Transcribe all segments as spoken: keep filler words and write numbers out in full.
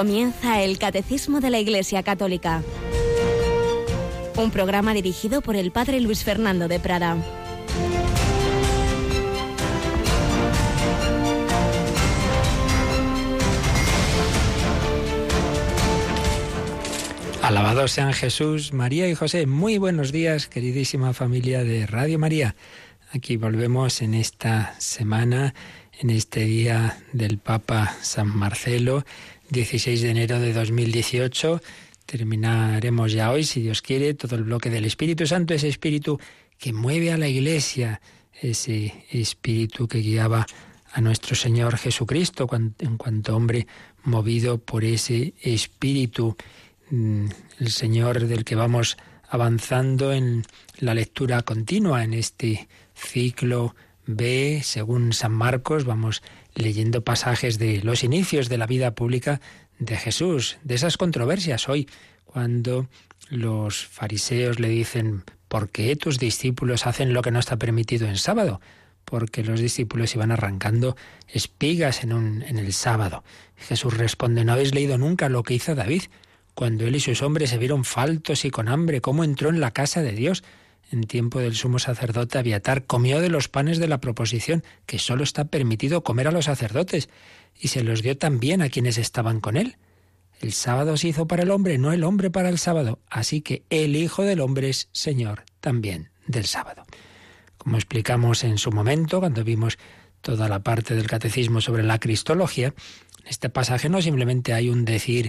Comienza el Catecismo de la Iglesia Católica, un programa dirigido por el Padre Luis Fernando de Prada. Alabados sean Jesús, María y José. Muy buenos días, queridísima familia de Radio María. Aquí volvemos en esta semana, en este día del Papa San Marcelo, dieciséis de enero de dos mil dieciocho. Terminaremos ya hoy, si Dios quiere, todo el bloque del Espíritu Santo, ese Espíritu que mueve a la Iglesia, ese Espíritu que guiaba a nuestro Señor Jesucristo en cuanto hombre movido por ese Espíritu. El Señor del que vamos avanzando en la lectura continua en este ciclo B, según San Marcos, vamos leyendo pasajes de los inicios de la vida pública de Jesús, de esas controversias hoy, cuando los fariseos le dicen: ¿por qué tus discípulos hacen lo que no está permitido en sábado? Porque los discípulos iban arrancando espigas en, un, en el sábado. Jesús responde: ¿no habéis leído nunca lo que hizo David? Cuando él y sus hombres se vieron faltos y con hambre, ¿cómo entró en la casa de Dios? En tiempo del sumo sacerdote Abiatar comió de los panes de la proposición, que solo está permitido comer a los sacerdotes, y se los dio también a quienes estaban con él. El sábado se hizo para el hombre, no el hombre para el sábado, así que el Hijo del Hombre es Señor también del sábado. Como explicamos en su momento, cuando vimos toda la parte del catecismo sobre la cristología, en este pasaje no simplemente hay un decir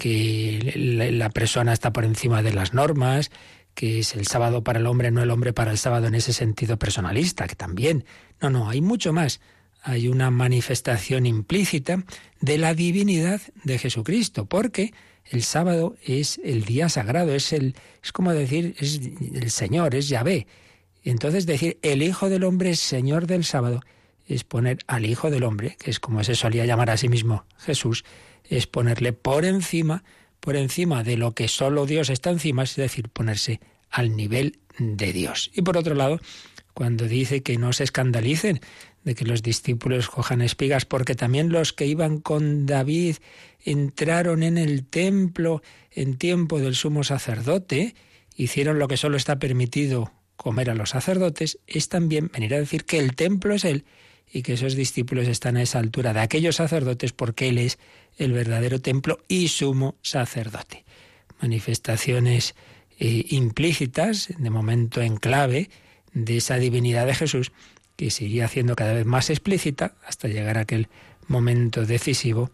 que la persona está por encima de las normas, que es el sábado para el hombre, no el hombre para el sábado en ese sentido personalista, que también. No, no, hay mucho más. Hay una manifestación implícita de la divinidad de Jesucristo, porque el sábado es el día sagrado, es el, es como decir, es el Señor, es Yahvé. Y entonces decir el Hijo del Hombre es Señor del sábado es poner al Hijo del Hombre, que es como se solía llamar a sí mismo Jesús, es ponerle por encima, por encima de lo que solo Dios está encima, es decir, ponerse al nivel de Dios. Y por otro lado, cuando dice que no se escandalicen de que los discípulos cojan espigas, porque también los que iban con David entraron en el templo en tiempo del sumo sacerdote, hicieron lo que solo está permitido comer a los sacerdotes, es también venir a decir que el templo es Él y que esos discípulos están a esa altura de aquellos sacerdotes porque Él es el verdadero templo y sumo sacerdote. Manifestaciones eh, implícitas, de momento en clave, de esa divinidad de Jesús, que se iría haciendo cada vez más explícita hasta llegar a aquel momento decisivo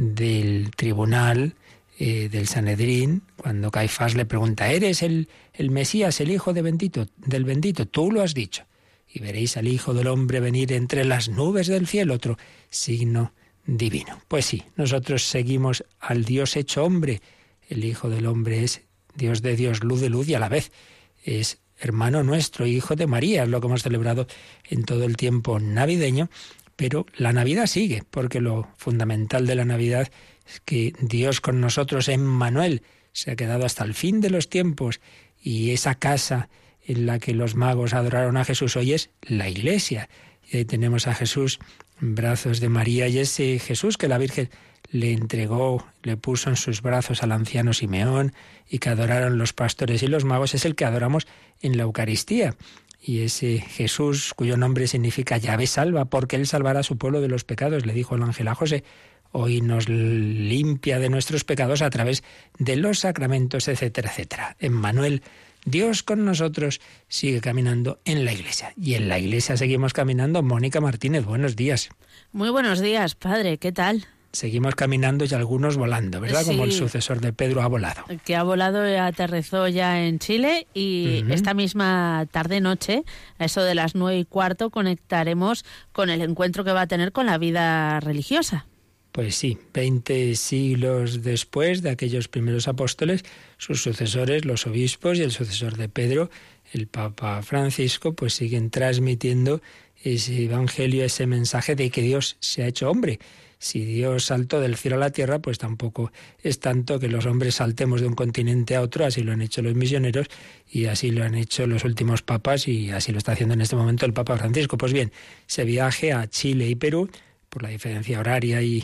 del tribunal, eh, del Sanedrín, cuando Caifás le pregunta: ¿eres el, el Mesías, el Hijo de bendito, del bendito? Tú lo has dicho. Y veréis al Hijo del Hombre venir entre las nubes del cielo, otro signo divino. Pues sí, nosotros seguimos al Dios hecho hombre. El Hijo del Hombre es Dios de Dios, luz de luz, y a la vez es hermano nuestro, hijo de María, es lo que hemos celebrado en todo el tiempo navideño. Pero la Navidad sigue, porque lo fundamental de la Navidad es que Dios con nosotros, Emmanuel, se ha quedado hasta el fin de los tiempos, y esa casa en la que los magos adoraron a Jesús hoy es la Iglesia. Y ahí tenemos a Jesús en brazos de María, y ese Jesús que la Virgen le entregó, le puso en sus brazos al anciano Simeón y que adoraron los pastores y los magos, es el que adoramos en la Eucaristía. Y ese Jesús, cuyo nombre significa Yahvé salva, porque Él salvará a su pueblo de los pecados, le dijo el ángel a José, hoy nos limpia de nuestros pecados a través de los sacramentos, etcétera, etcétera. Emmanuel, Dios con nosotros, sigue caminando en la Iglesia. Y en la Iglesia seguimos caminando. Mónica Martínez, buenos días. Muy buenos días, padre, ¿qué tal? Seguimos caminando y algunos volando, ¿verdad? Sí. Como el sucesor de Pedro ha volado. Que ha volado y aterrizó ya en Chile, y uh-huh. esta misma tarde-noche, a eso de las nueve y cuarto, conectaremos con el encuentro que va a tener con la vida religiosa. Pues sí, veinte siglos después de aquellos primeros apóstoles, sus sucesores, los obispos y el sucesor de Pedro, el Papa Francisco, pues siguen transmitiendo ese evangelio, ese mensaje de que Dios se ha hecho hombre. Si Dios saltó del cielo a la tierra, pues tampoco es tanto que los hombres saltemos de un continente a otro, así lo han hecho los misioneros y así lo han hecho los últimos papas y así lo está haciendo en este momento el Papa Francisco. Pues bien, ese viaje a Chile y Perú, por la diferencia horaria y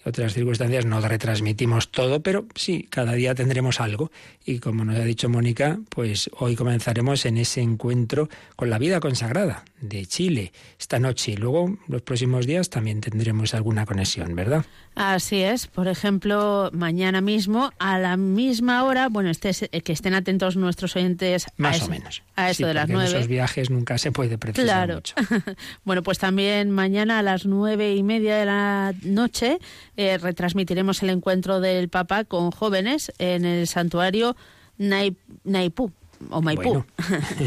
otras circunstancias no retransmitimos todo, pero sí, cada día tendremos algo. Y como nos ha dicho Mónica, pues hoy comenzaremos en ese encuentro con la vida consagrada de Chile esta noche. Y luego, los próximos días, también tendremos alguna conexión, ¿verdad? Así es. Por ejemplo, mañana mismo, a la misma hora, bueno, este, que estén atentos nuestros oyentes. Más a eso, o menos. A eso sí, de las nueve. En esos viajes nunca se puede precisar claro. mucho. Bueno, pues también mañana a las nueve y media de la noche eh, retransmitiremos el encuentro del Papa con jóvenes en el santuario Nai, Naipú o Maipú. Bueno.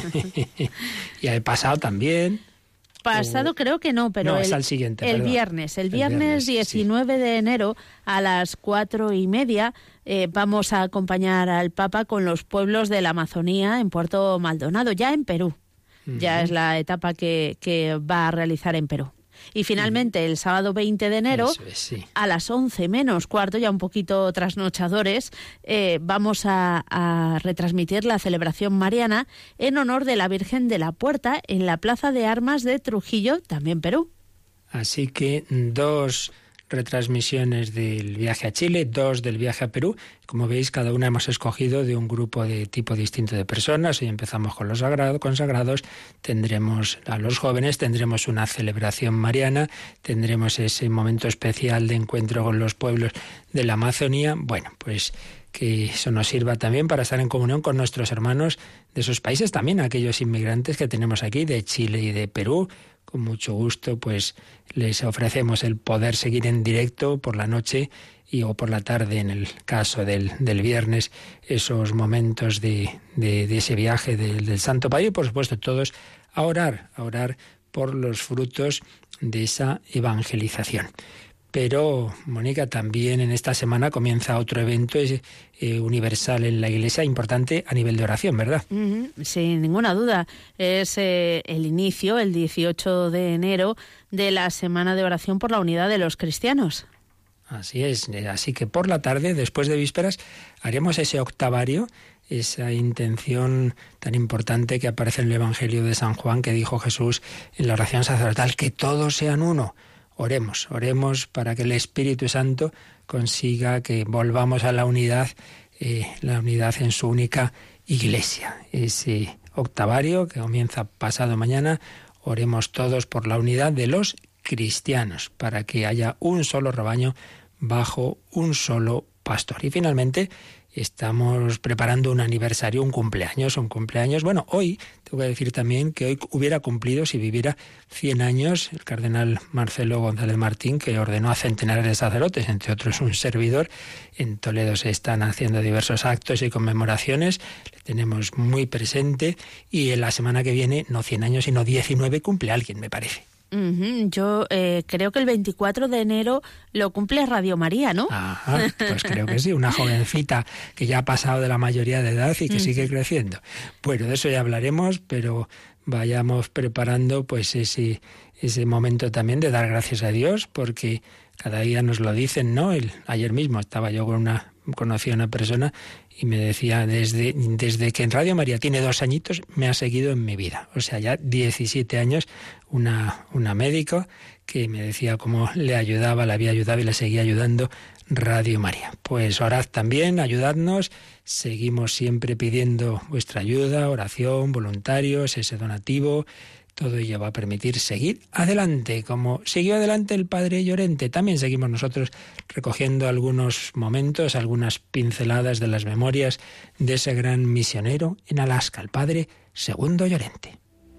Y el pasado también. Pasado o... creo que no, pero no, el, es al siguiente, el perdón. viernes, el El viernes, viernes, diecinueve sí. de enero a las cuatro y media eh, vamos a acompañar al Papa con los pueblos de la Amazonía en Puerto Maldonado, ya en Perú. Uh-huh. Ya es la etapa que, que va a realizar en Perú. Y finalmente, el sábado veinte de enero, es, sí. a las once menos cuarto, ya un poquito trasnochadores, eh, vamos a, a retransmitir la celebración mariana en honor de la Virgen de la Puerta en la Plaza de Armas de Trujillo, también Perú. Así que dos retransmisiones del viaje a Chile, dos del viaje a Perú. Como veis, cada una hemos escogido de un grupo de tipo distinto de personas. Hoy empezamos con los sagrados, consagrados, tendremos a los jóvenes, tendremos una celebración mariana, tendremos ese momento especial de encuentro con los pueblos de la Amazonía. Bueno, pues que eso nos sirva también para estar en comunión con nuestros hermanos de esos países, también aquellos inmigrantes que tenemos aquí, de Chile y de Perú. Con mucho gusto, pues les ofrecemos el poder seguir en directo por la noche y o por la tarde, en el caso del, del viernes, esos momentos de, de, de ese viaje del, del Santo Padre y, por supuesto, todos a orar, a orar por los frutos de esa evangelización. Pero, Mónica, también en esta semana comienza otro evento eh, universal en la Iglesia, importante a nivel de oración, ¿verdad? Mm-hmm, sin ninguna duda. Es eh, el inicio, el dieciocho de enero, de la Semana de Oración por la Unidad de los Cristianos. Así es. Así que por la tarde, después de vísperas, haremos ese octavario, esa intención tan importante que aparece en el Evangelio de San Juan, que dijo Jesús en la oración sacerdotal, que todos sean uno. Oremos, oremos para que el Espíritu Santo consiga que volvamos a la unidad, eh, la unidad en su única Iglesia. Ese octavario que comienza pasado mañana, oremos todos por la unidad de los cristianos, para que haya un solo rebaño bajo un solo pastor. Y finalmente estamos preparando un aniversario, un cumpleaños, un cumpleaños. Bueno, hoy, tengo que decir también que hoy hubiera cumplido, si viviera cien años, el cardenal Marcelo González Martín, que ordenó a centenares de sacerdotes, entre otros un servidor. En Toledo se están haciendo diversos actos y conmemoraciones, le tenemos muy presente, y en la semana que viene, no cien años, sino diecinueve, cumple alguien, me parece. Uh-huh. Yo eh, creo que el veinticuatro de enero lo cumple Radio María, ¿no? Ajá, pues creo que sí, una jovencita que ya ha pasado de la mayoría de edad y que uh-huh. sigue creciendo. Bueno, de eso ya hablaremos, pero vayamos preparando pues ese, ese momento también de dar gracias a Dios, porque cada día nos lo dicen, ¿no? El, ayer mismo estaba yo con una, conocí a una persona y me decía, desde, desde que en Radio María tiene dos añitos, me ha seguido en mi vida. O sea, ya diecisiete años, una, una médico que me decía cómo le ayudaba, le había ayudado y le seguía ayudando Radio María. Pues orad también, ayudadnos, seguimos siempre pidiendo vuestra ayuda, oración, voluntarios, ese donativo. Todo ello va a permitir seguir adelante, como siguió adelante el padre Llorente. También seguimos nosotros recogiendo algunos momentos, algunas pinceladas de las memorias de ese gran misionero en Alaska, el padre Segundo Llorente.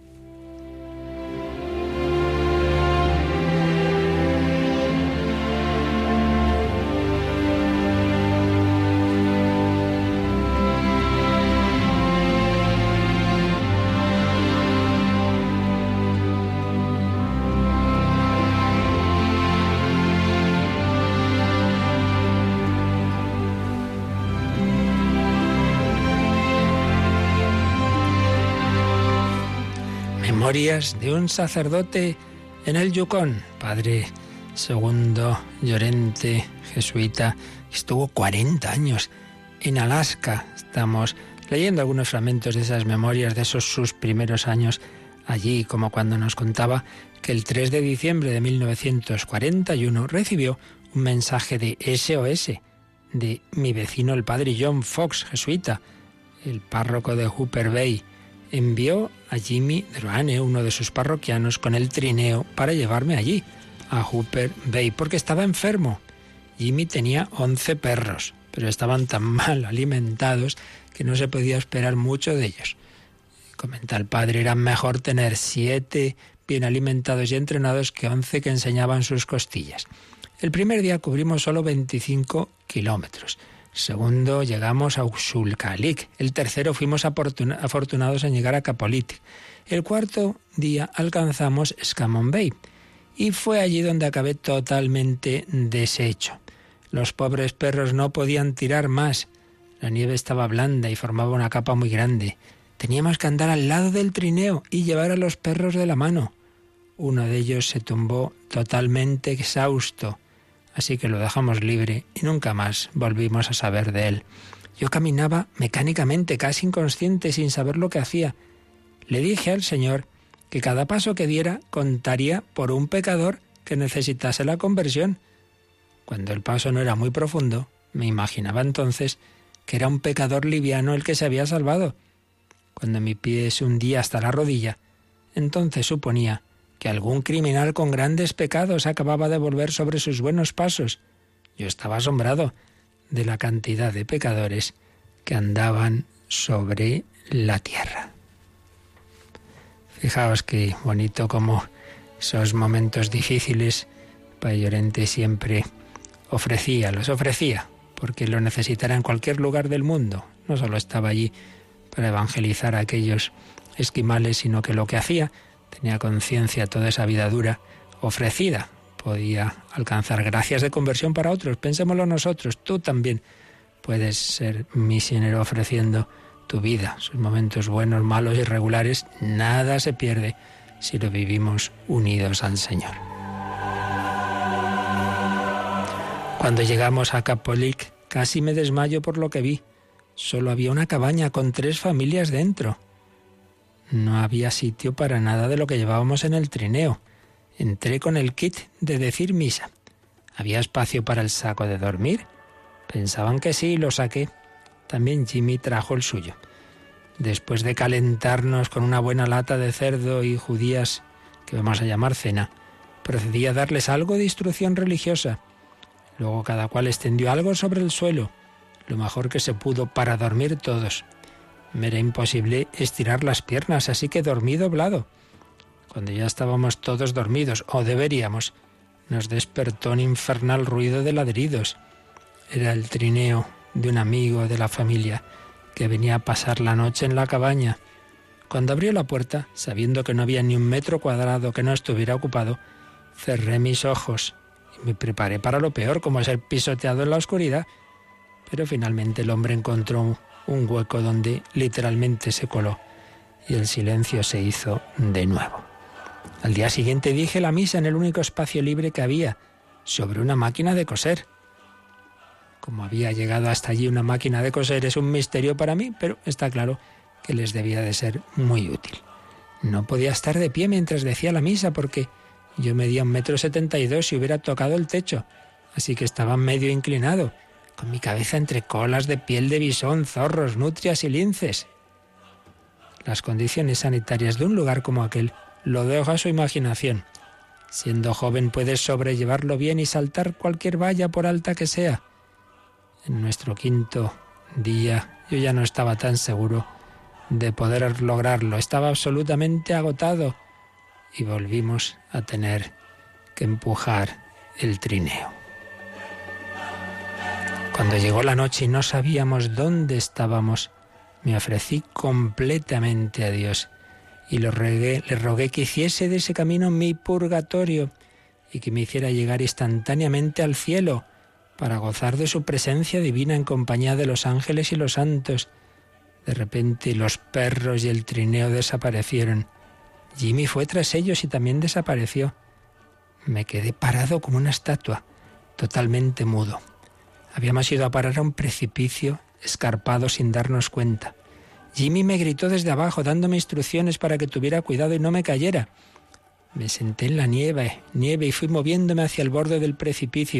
Memorias de un sacerdote en el Yukón, padre Segundo Llorente, jesuita, estuvo cuarenta años en Alaska. Estamos leyendo algunos fragmentos de esas memorias, de esos sus primeros años allí, como cuando nos contaba que el tres de diciembre de mil novecientos cuarenta y uno recibió un mensaje de S O S, de mi vecino el padre John Fox, jesuita, el párroco de Hooper Bay. Envió a Jimmy Drouane, uno de sus parroquianos, con el trineo para llevarme allí, a Hooper Bay, porque estaba enfermo. Jimmy tenía once perros, pero estaban tan mal alimentados que no se podía esperar mucho de ellos. Comenta el padre, era mejor tener siete bien alimentados y entrenados que once que enseñaban sus costillas. El primer día cubrimos solo veinticinco kilómetros. El segundo llegamos a Uxulcalic. El tercero fuimos afortunados en llegar a Capolitic. El cuarto día alcanzamos Scamon Bay. Y fue allí donde acabé totalmente deshecho. Los pobres perros no podían tirar más. La nieve estaba blanda y formaba una capa muy grande. Teníamos que andar al lado del trineo y llevar a los perros de la mano. Uno de ellos se tumbó totalmente exhausto, así que lo dejamos libre y nunca más volvimos a saber de él. Yo caminaba mecánicamente, casi inconsciente, sin saber lo que hacía. Le dije al Señor que cada paso que diera contaría por un pecador que necesitase la conversión. Cuando el paso no era muy profundo, me imaginaba entonces que era un pecador liviano el que se había salvado. Cuando mi pie se hundía hasta la rodilla, entonces suponía que algún criminal con grandes pecados acababa de volver sobre sus buenos pasos. Yo estaba asombrado de la cantidad de pecadores que andaban sobre la tierra. Fijaos qué bonito como esos momentos difíciles, Padre Llorente siempre ofrecía, los ofrecía, porque lo necesitara en cualquier lugar del mundo. No solo estaba allí para evangelizar a aquellos esquimales, sino que lo que hacía, tenía conciencia toda esa vida dura ofrecida, podía alcanzar gracias de conversión para otros. Pensémoslo nosotros, tú también puedes ser misionero ofreciendo tu vida, sus momentos buenos, malos, irregulares, nada se pierde si lo vivimos unidos al Señor. Cuando llegamos a Capolic, casi me desmayo por lo que vi. Solo había una cabaña con tres familias dentro. No había sitio para nada de lo que llevábamos en el trineo. Entré con el kit de decir misa. ¿Había espacio para el saco de dormir? Pensaban que sí y lo saqué. También Jimmy trajo el suyo. Después de calentarnos con una buena lata de cerdo y judías, que vamos a llamar cena, procedí a darles algo de instrucción religiosa. Luego cada cual extendió algo sobre el suelo, lo mejor que se pudo para dormir todos. Me era imposible estirar las piernas, así que dormí doblado. Cuando ya estábamos todos dormidos, o deberíamos, nos despertó un infernal ruido de ladridos. Era el trineo de un amigo de la familia que venía a pasar la noche en la cabaña. Cuando abrió la puerta, sabiendo que no había ni un metro cuadrado que no estuviera ocupado, cerré mis ojos y me preparé para lo peor, como ser pisoteado en la oscuridad. Pero finalmente el hombre encontró un hueco donde literalmente se coló y el silencio se hizo de nuevo. Al día siguiente dije la misa en el único espacio libre que había, sobre una máquina de coser. Como había llegado hasta allí una máquina de coser es un misterio para mí, pero está claro que les debía de ser muy útil. No podía estar de pie mientras decía la misa porque yo medía un metro setenta y dos y hubiera tocado el techo, así que estaba medio inclinado, con mi cabeza entre colas de piel de bisón, zorros, nutrias y linces. Las condiciones sanitarias de un lugar como aquel lo dejo a su imaginación. Siendo joven puedes sobrellevarlo bien y saltar cualquier valla por alta que sea. En nuestro quinto día yo ya no estaba tan seguro de poder lograrlo. Estaba absolutamente agotado y volvimos a tener que empujar el trineo. Cuando llegó la noche y no sabíamos dónde estábamos, me ofrecí completamente a Dios y le rogué, le rogué que hiciese de ese camino mi purgatorio y que me hiciera llegar instantáneamente al cielo para gozar de su presencia divina en compañía de los ángeles y los santos. De repente los perros y el trineo desaparecieron. Jimmy fue tras ellos y también desapareció. Me quedé parado como una estatua, totalmente mudo. Habíamos ido a parar a un precipicio escarpado sin darnos cuenta. Jimmy me gritó desde abajo, dándome instrucciones para que tuviera cuidado y no me cayera. Me senté en la nieve, nieve y fui moviéndome hacia el borde del precipicio,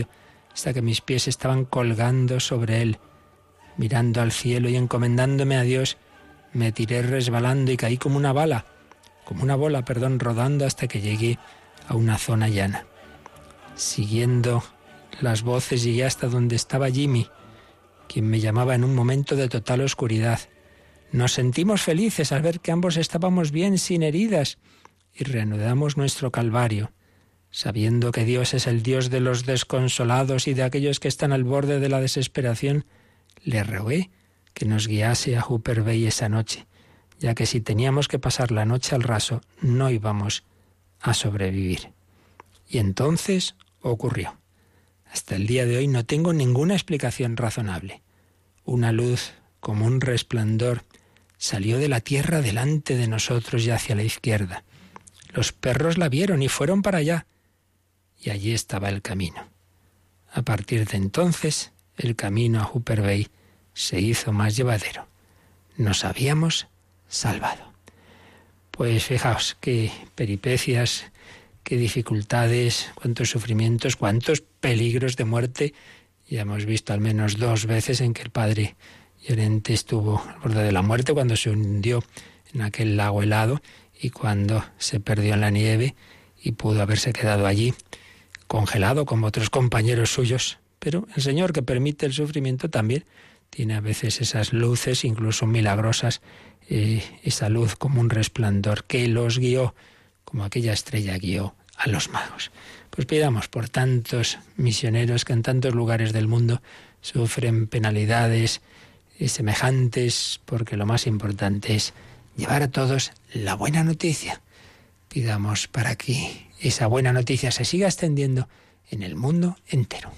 hasta que mis pies estaban colgando sobre él. Mirando al cielo y encomendándome a Dios, me tiré resbalando y caí como una bala, como una bola, perdón, rodando hasta que llegué a una zona llana. Siguiendo las voces llegué hasta donde estaba Jimmy, quien me llamaba en un momento de total oscuridad. Nos sentimos felices al ver que ambos estábamos bien, sin heridas, y reanudamos nuestro calvario. Sabiendo que Dios es el Dios de los desconsolados y de aquellos que están al borde de la desesperación, le rogué que nos guiase a Hooper Bay esa noche, ya que si teníamos que pasar la noche al raso, no íbamos a sobrevivir. Y entonces ocurrió. Hasta el día de hoy no tengo ninguna explicación razonable. Una luz, como un resplandor, salió de la tierra delante de nosotros y hacia la izquierda. Los perros la vieron y fueron para allá. Y allí estaba el camino. A partir de entonces, el camino a Hooper Bay se hizo más llevadero. Nos habíamos salvado. Pues fijaos qué peripecias, qué dificultades, cuántos sufrimientos, cuántos peligros de muerte. Ya hemos visto al menos dos veces en que el padre Llorente estuvo al borde de la muerte, cuando se hundió en aquel lago helado y cuando se perdió en la nieve y pudo haberse quedado allí congelado como otros compañeros suyos. Pero el Señor, que permite el sufrimiento, también tiene a veces esas luces, incluso milagrosas, eh, esa luz como un resplandor que los guió, como aquella estrella guió a los magos. Pues pidamos por tantos misioneros que en tantos lugares del mundo sufren penalidades eh, semejantes, porque lo más importante es llevar a todos la buena noticia. Pidamos para que esa buena noticia se siga extendiendo en el mundo entero.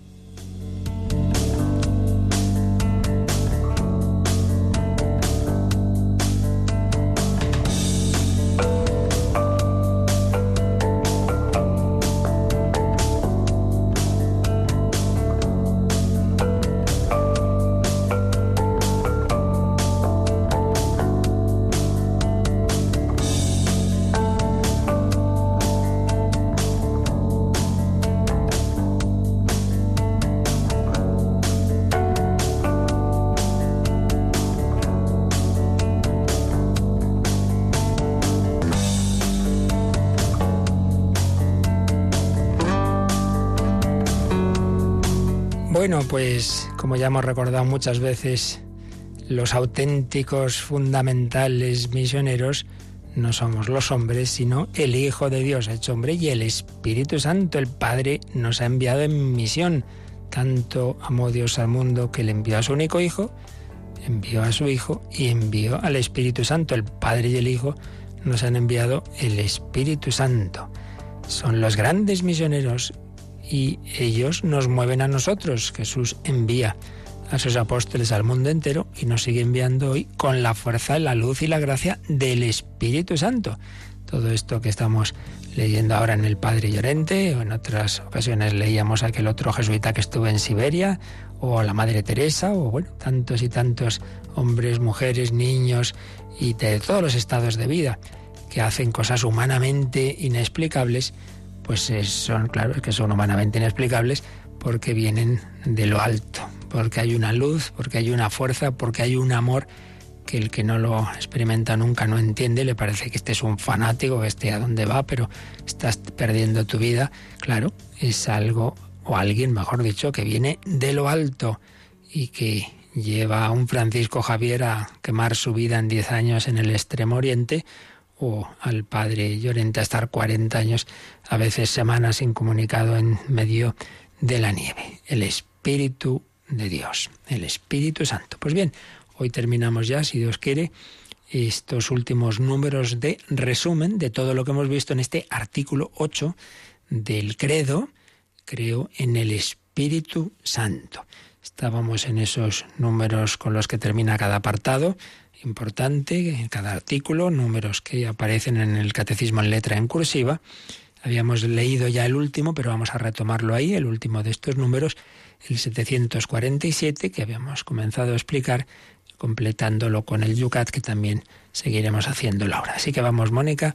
Bueno, pues como ya hemos recordado muchas veces, los auténticos fundamentales misioneros no somos los hombres, sino el Hijo de Dios hecho hombre y el Espíritu Santo. El Padre nos ha enviado en misión. Tanto amó Dios al mundo que le envió a su único Hijo, envió a su Hijo y envió al Espíritu Santo. El Padre y el Hijo nos han enviado el Espíritu Santo. Son los grandes misioneros y ellos nos mueven a nosotros. Jesús envía a sus apóstoles al mundo entero y nos sigue enviando hoy con la fuerza, la luz y la gracia del Espíritu Santo. Todo esto que estamos leyendo ahora en el Padre Llorente, o en otras ocasiones leíamos a aquel otro jesuita que estuvo en Siberia, o a la Madre Teresa, o bueno, tantos y tantos hombres, mujeres, niños y de todos los estados de vida que hacen cosas humanamente inexplicables. Pues son, claro, es que son humanamente inexplicables porque vienen de lo alto, porque hay una luz, porque hay una fuerza, porque hay un amor que el que no lo experimenta nunca no entiende. Le parece que este es un fanático, que esté a dónde va, pero estás perdiendo tu vida. Claro, es algo, o alguien, mejor dicho, que viene de lo alto y que lleva a un Francisco Javier a quemar su vida en diez años en el Extremo Oriente, o al Padre Llorente a estar cuarenta años, a veces semanas, incomunicado en medio de la nieve. El Espíritu de Dios, el Espíritu Santo. Pues bien, hoy terminamos ya, si Dios quiere, estos últimos números de resumen de todo lo que hemos visto en este artículo ocho del Credo. Creo en el Espíritu Santo. Estábamos en esos números con los que termina cada apartado, importante, en cada artículo, números que aparecen en el Catecismo en letra en cursiva. Habíamos leído ya el último, pero vamos a retomarlo ahí, el último de estos números, el setecientos cuarenta y siete, que habíamos comenzado a explicar, completándolo con el Yucat, que también seguiremos haciéndolo ahora. Así que vamos, Mónica,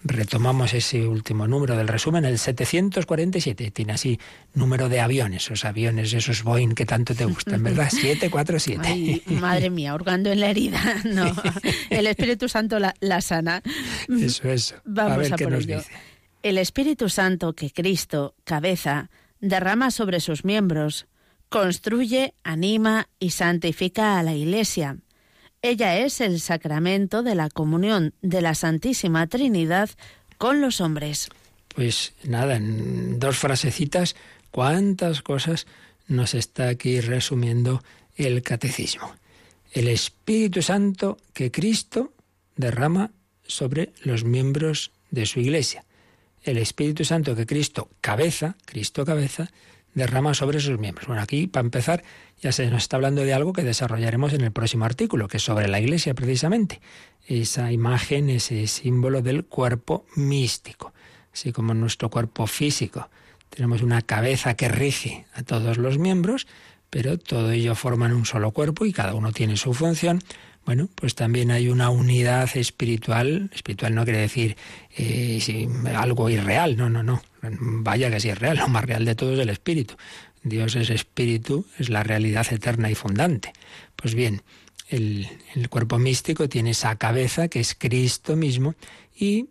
retomamos ese último número del resumen, el setecientos cuarenta y siete. Tiene así número de aviones, esos aviones, esos Boeing que tanto te gustan, ¿verdad? siete cuatro siete. Ay, madre mía, hurgando en la herida. No, el Espíritu Santo la, la sana. Eso, eso. Vamos a ver a qué por nos ello. dice. El Espíritu Santo que Cristo, cabeza, derrama sobre sus miembros, construye, anima y santifica a la Iglesia. Ella es el sacramento de la comunión de la Santísima Trinidad con los hombres. Pues nada, en dos frasecitas, cuántas cosas nos está aquí resumiendo el catecismo. El Espíritu Santo que Cristo derrama sobre los miembros de su Iglesia. El Espíritu Santo que Cristo, cabeza, Cristo cabeza, derrama sobre sus miembros. Bueno, aquí, para empezar, ya se nos está hablando de algo que desarrollaremos en el próximo artículo, que es sobre la Iglesia, precisamente. Esa imagen, ese símbolo del cuerpo místico. Así como en nuestro cuerpo físico tenemos una cabeza que rige a todos los miembros, pero todo ello forman un solo cuerpo y cada uno tiene su función. Bueno, pues también hay una unidad espiritual. Espiritual no quiere decir eh, sí, algo irreal, no, no, no. Vaya que sí es real, lo más real de todo es el espíritu. Dios es espíritu, es la realidad eterna y fundante. Pues bien, el, el cuerpo místico tiene esa cabeza que es Cristo mismo y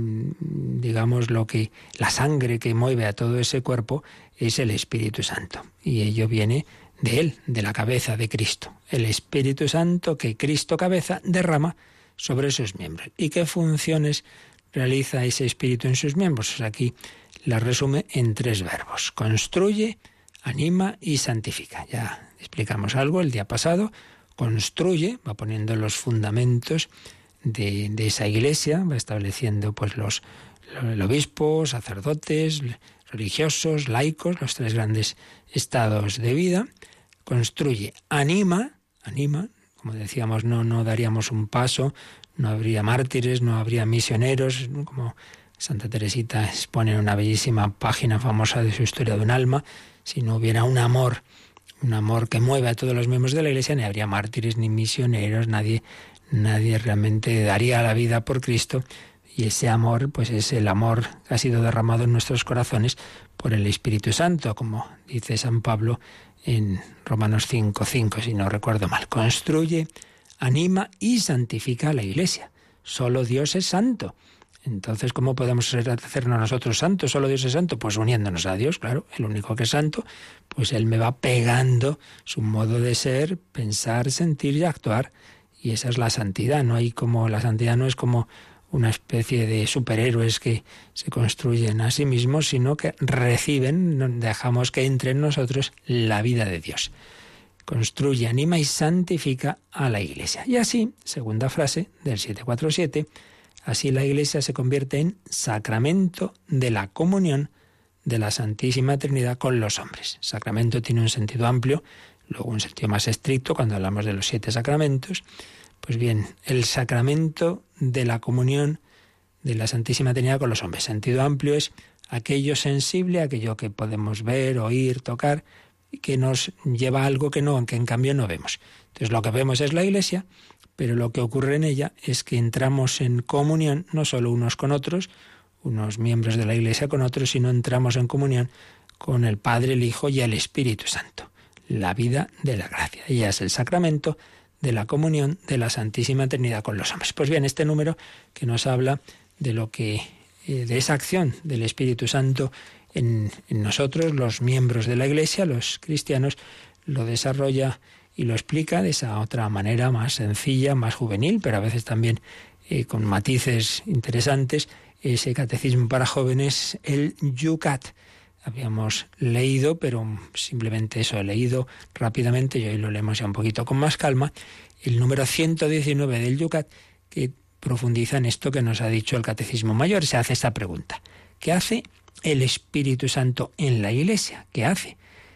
digamos lo que la sangre que mueve a todo ese cuerpo es el Espíritu Santo y ello viene de él, de la cabeza de Cristo. El Espíritu Santo que Cristo cabeza derrama sobre sus miembros. ¿Y qué funciones realiza ese Espíritu en sus miembros? Pues aquí la resume en tres verbos: construye, anima y santifica. Ya explicamos algo el día pasado. Construye, va poniendo los fundamentos De, de esa Iglesia, va estableciendo pues los, los obispos, sacerdotes, religiosos, laicos, los tres grandes estados de vida. Construye, anima, anima, como decíamos, no, no daríamos un paso, no habría mártires, no habría misioneros, como Santa Teresita expone en una bellísima página famosa de su Historia de un alma. Si no hubiera un amor, un amor que mueve a todos los miembros de la Iglesia, ni habría mártires ni misioneros, nadie Nadie realmente daría la vida por Cristo, y ese amor pues es el amor que ha sido derramado en nuestros corazones por el Espíritu Santo, como dice San Pablo en Romanos cinco cinco, si no recuerdo mal. Construye, anima y santifica a la Iglesia. Solo Dios es santo. Entonces, ¿cómo podemos hacernos nosotros santos? Solo Dios es santo. Pues uniéndonos a Dios, claro, el único que es santo, pues Él me va pegando su modo de ser, pensar, sentir y actuar. Y esa es la santidad. No hay como la santidad no es como una especie de superhéroes que se construyen a sí mismos, sino que reciben, dejamos que entre en nosotros la vida de Dios. Construye, anima y santifica a la Iglesia. Y así, segunda frase del siete cuatro siete, así la Iglesia se convierte en sacramento de la comunión de la Santísima Trinidad con los hombres. Sacramento tiene un sentido amplio, luego un sentido más estricto cuando hablamos de los siete sacramentos. Pues bien, el sacramento de la comunión de la Santísima Trinidad con los hombres. Sentido amplio es aquello sensible, aquello que podemos ver, oír, tocar, y que nos lleva a algo que no, que en cambio no vemos. Entonces lo que vemos es la Iglesia, pero lo que ocurre en ella es que entramos en comunión no solo unos con otros, unos miembros de la Iglesia con otros, sino entramos en comunión con el Padre, el Hijo y el Espíritu Santo. La vida de la gracia. Ella es el sacramento de la comunión de la Santísima Trinidad con los hombres. Pues bien, este número que nos habla de lo que, de esa acción del Espíritu Santo en, en nosotros, los miembros de la Iglesia, los cristianos, lo desarrolla y lo explica de esa otra manera más sencilla, más juvenil, pero a veces también eh, con matices interesantes, ese catecismo para jóvenes, el Yucat. Habíamos leído, pero simplemente eso, he leído rápidamente, y hoy lo leemos ya un poquito con más calma, el número ciento diecinueve del Yucat, que profundiza en esto que nos ha dicho el Catecismo Mayor. Se hace esta pregunta: ¿qué hace el Espíritu Santo en la Iglesia? ¿Qué hace?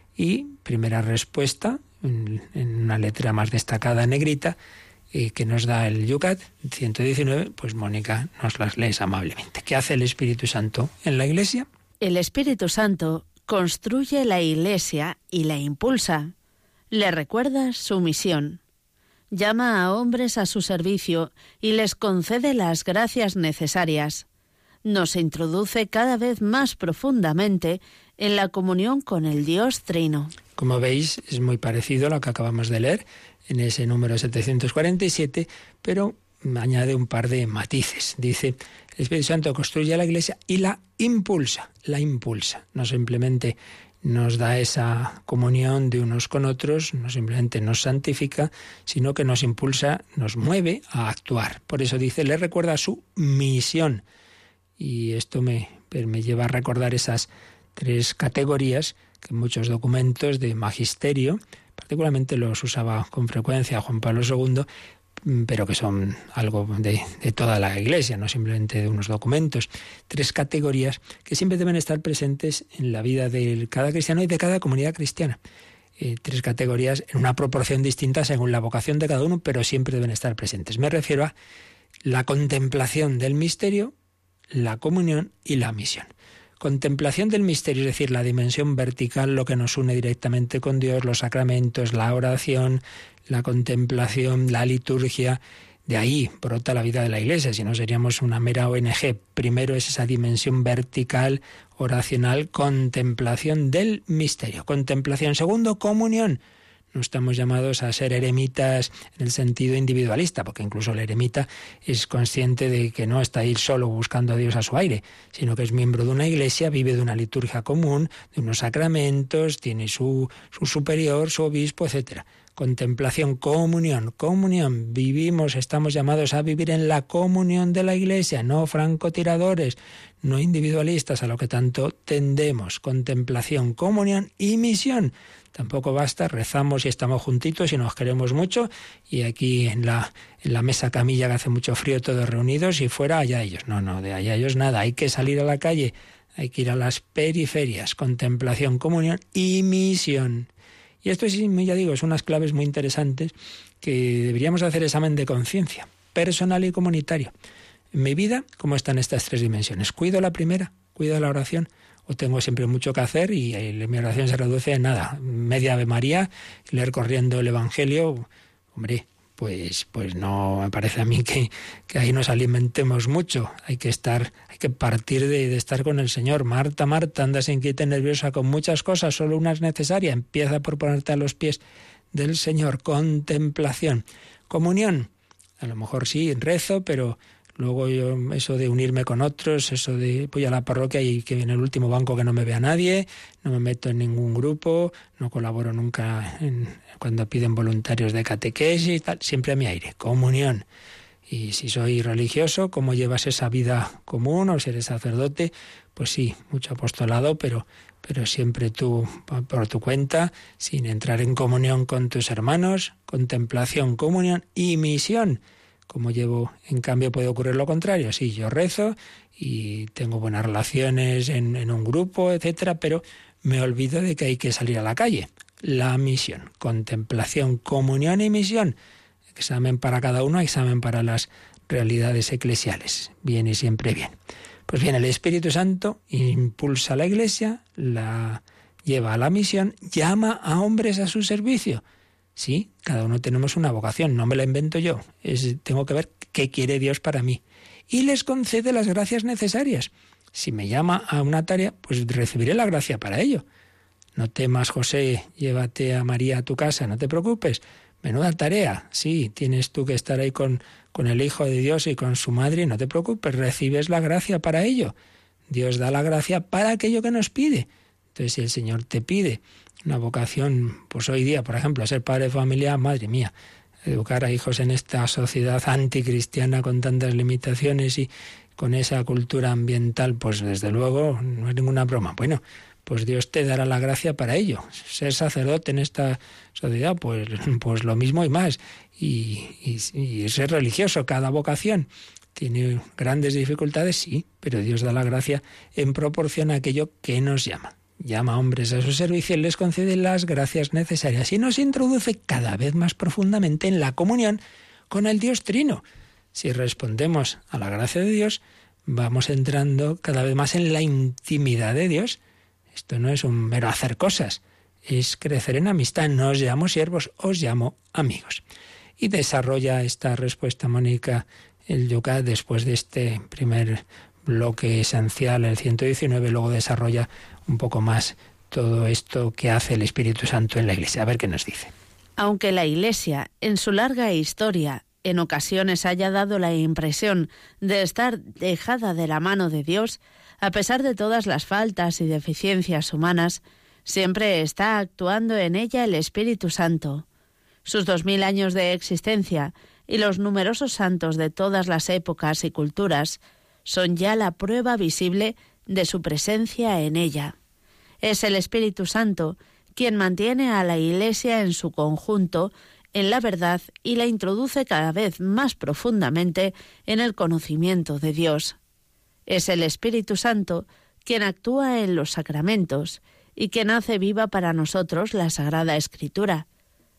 Y primera respuesta, en, en una letra más destacada, negrita, eh, que nos da el Yucat, ciento diecinueve, pues Mónica nos las lees amablemente. ¿Qué hace el Espíritu Santo en la Iglesia? El Espíritu Santo construye la Iglesia y la impulsa. Le recuerda su misión. Llama a hombres a su servicio y les concede las gracias necesarias. nos introduce cada vez más profundamente en la comunión con el Dios Trino. Como veis, es muy parecido a lo que acabamos de leer en ese número setecientos cuarenta y siete, pero añade un par de matices. Dice, el Espíritu Santo construye a la Iglesia y la impulsa, la impulsa. No simplemente nos da esa comunión de unos con otros, no simplemente nos santifica, sino que nos impulsa, nos mueve a actuar. Por eso dice, le recuerda su misión. Y esto me, me lleva a recordar esas tres categorías que en muchos documentos de magisterio, particularmente los usaba con frecuencia Juan Pablo segundo, pero que son algo de, de toda la Iglesia, no simplemente de unos documentos. Tres categorías que siempre deben estar presentes en la vida de cada cristiano y de cada comunidad cristiana. Eh, tres categorías en una proporción distinta según la vocación de cada uno, pero siempre deben estar presentes. Me refiero a la contemplación del misterio, la comunión y la misión. Contemplación del misterio, es decir, la dimensión vertical, lo que nos une directamente con Dios, los sacramentos, la oración, la contemplación, la liturgia. De ahí brota la vida de la Iglesia, si no seríamos una mera O N G. Primero es esa dimensión vertical, oracional, contemplación del misterio. Contemplación. Segundo, comunión. No estamos llamados a ser eremitas en el sentido individualista, porque incluso el eremita es consciente de que no está ahí solo buscando a Dios a su aire, sino que es miembro de una iglesia, vive de una liturgia común, de unos sacramentos, tiene su, su superior, su obispo, etcétera. Contemplación, comunión, comunión. Vivimos, estamos llamados a vivir en la comunión de la Iglesia, no francotiradores, no individualistas, a lo que tanto tendemos. Contemplación, comunión y misión. Tampoco basta, rezamos y estamos juntitos y nos queremos mucho y aquí en la, en la mesa camilla que hace mucho frío todos reunidos y fuera allá ellos. No, no, de allá ellos nada. Hay que salir a la calle, hay que ir a las periferias. Contemplación, comunión y misión. Y esto sí, ya digo, es unas claves muy interesantes que deberíamos hacer examen de conciencia, personal y comunitario. En mi vida, ¿cómo están estas tres dimensiones? ¿Cuido la primera? ¿Cuido la oración? ¿O tengo siempre mucho que hacer y mi oración se reduce a nada? Media Ave María, leer corriendo el Evangelio. Hombre, pues, pues no me parece a mí que, que ahí nos alimentemos mucho. Hay que estar, hay que partir de, de estar con el Señor. Marta, Marta, andas inquieta y nerviosa con muchas cosas, solo una es necesaria. Empieza por ponerte a los pies del Señor. Contemplación. Comunión. A lo mejor sí, rezo, pero luego yo, eso de unirme con otros, eso de voy a la parroquia y que en el último banco que no me vea nadie, no me meto en ningún grupo, no colaboro nunca en, cuando piden voluntarios de catequesis, tal, siempre a mi aire. Comunión. Y si soy religioso, ¿cómo llevas esa vida común o si eres sacerdote? Pues sí, mucho apostolado, pero, pero siempre tú por tu cuenta, sin entrar en comunión con tus hermanos. Contemplación, comunión y misión. Como llevo, en cambio puede ocurrir lo contrario. Sí, yo rezo y tengo buenas relaciones en, en un grupo, etcétera, pero me olvido de que hay que salir a la calle. La misión, contemplación, comunión y misión. Examen para cada uno, examen para las realidades eclesiales. Bien y siempre bien. Pues bien, el Espíritu Santo impulsa a la Iglesia, la lleva a la misión, llama a hombres a su servicio. Sí, cada uno tenemos una vocación, no me la invento yo. Es, tengo que ver qué quiere Dios para mí. Y les concede las gracias necesarias. Si me llama a una tarea, pues recibiré la gracia para ello. No temas, José, llévate a María a tu casa, no te preocupes. Menuda tarea. Sí, tienes tú que estar ahí con, con el Hijo de Dios y con su madre, no te preocupes, recibes la gracia para ello. Dios da la gracia para aquello que nos pide. Entonces, si el Señor te pide una vocación, pues hoy día, por ejemplo, ser padre de familia, madre mía, educar a hijos en esta sociedad anticristiana con tantas limitaciones y con esa cultura ambiental, pues desde luego no es ninguna broma. Bueno, pues Dios te dará la gracia para ello. Ser sacerdote en esta sociedad, pues, pues lo mismo y más. Y, y, y ser religioso, cada vocación tiene grandes dificultades, sí, pero Dios da la gracia en proporción a aquello que nos llama. Llama a hombres a su servicio y les concede las gracias necesarias y nos introduce cada vez más profundamente en la comunión con el Dios Trino. Si respondemos a la gracia de Dios, vamos entrando cada vez más en la intimidad de Dios. Esto no es un mero hacer cosas, es crecer en amistad. No os llamo siervos, os llamo amigos. Y desarrolla esta respuesta, Mónica, el Yucat, después de este primer bloque esencial, el ciento diecinueve, luego desarrolla un poco más todo esto que hace el Espíritu Santo en la Iglesia. A ver qué nos dice. Aunque la Iglesia, en su larga historia, en ocasiones haya dado la impresión de estar dejada de la mano de Dios, a pesar de todas las faltas y deficiencias humanas, siempre está actuando en ella el Espíritu Santo. Sus dos mil años de existencia y los numerosos santos de todas las épocas y culturas son ya la prueba visible de su presencia en ella. Es el Espíritu Santo quien mantiene a la Iglesia en su conjunto en la verdad y la introduce cada vez más profundamente en el conocimiento de Dios. Es el Espíritu Santo quien actúa en los sacramentos y quien hace viva para nosotros la Sagrada Escritura.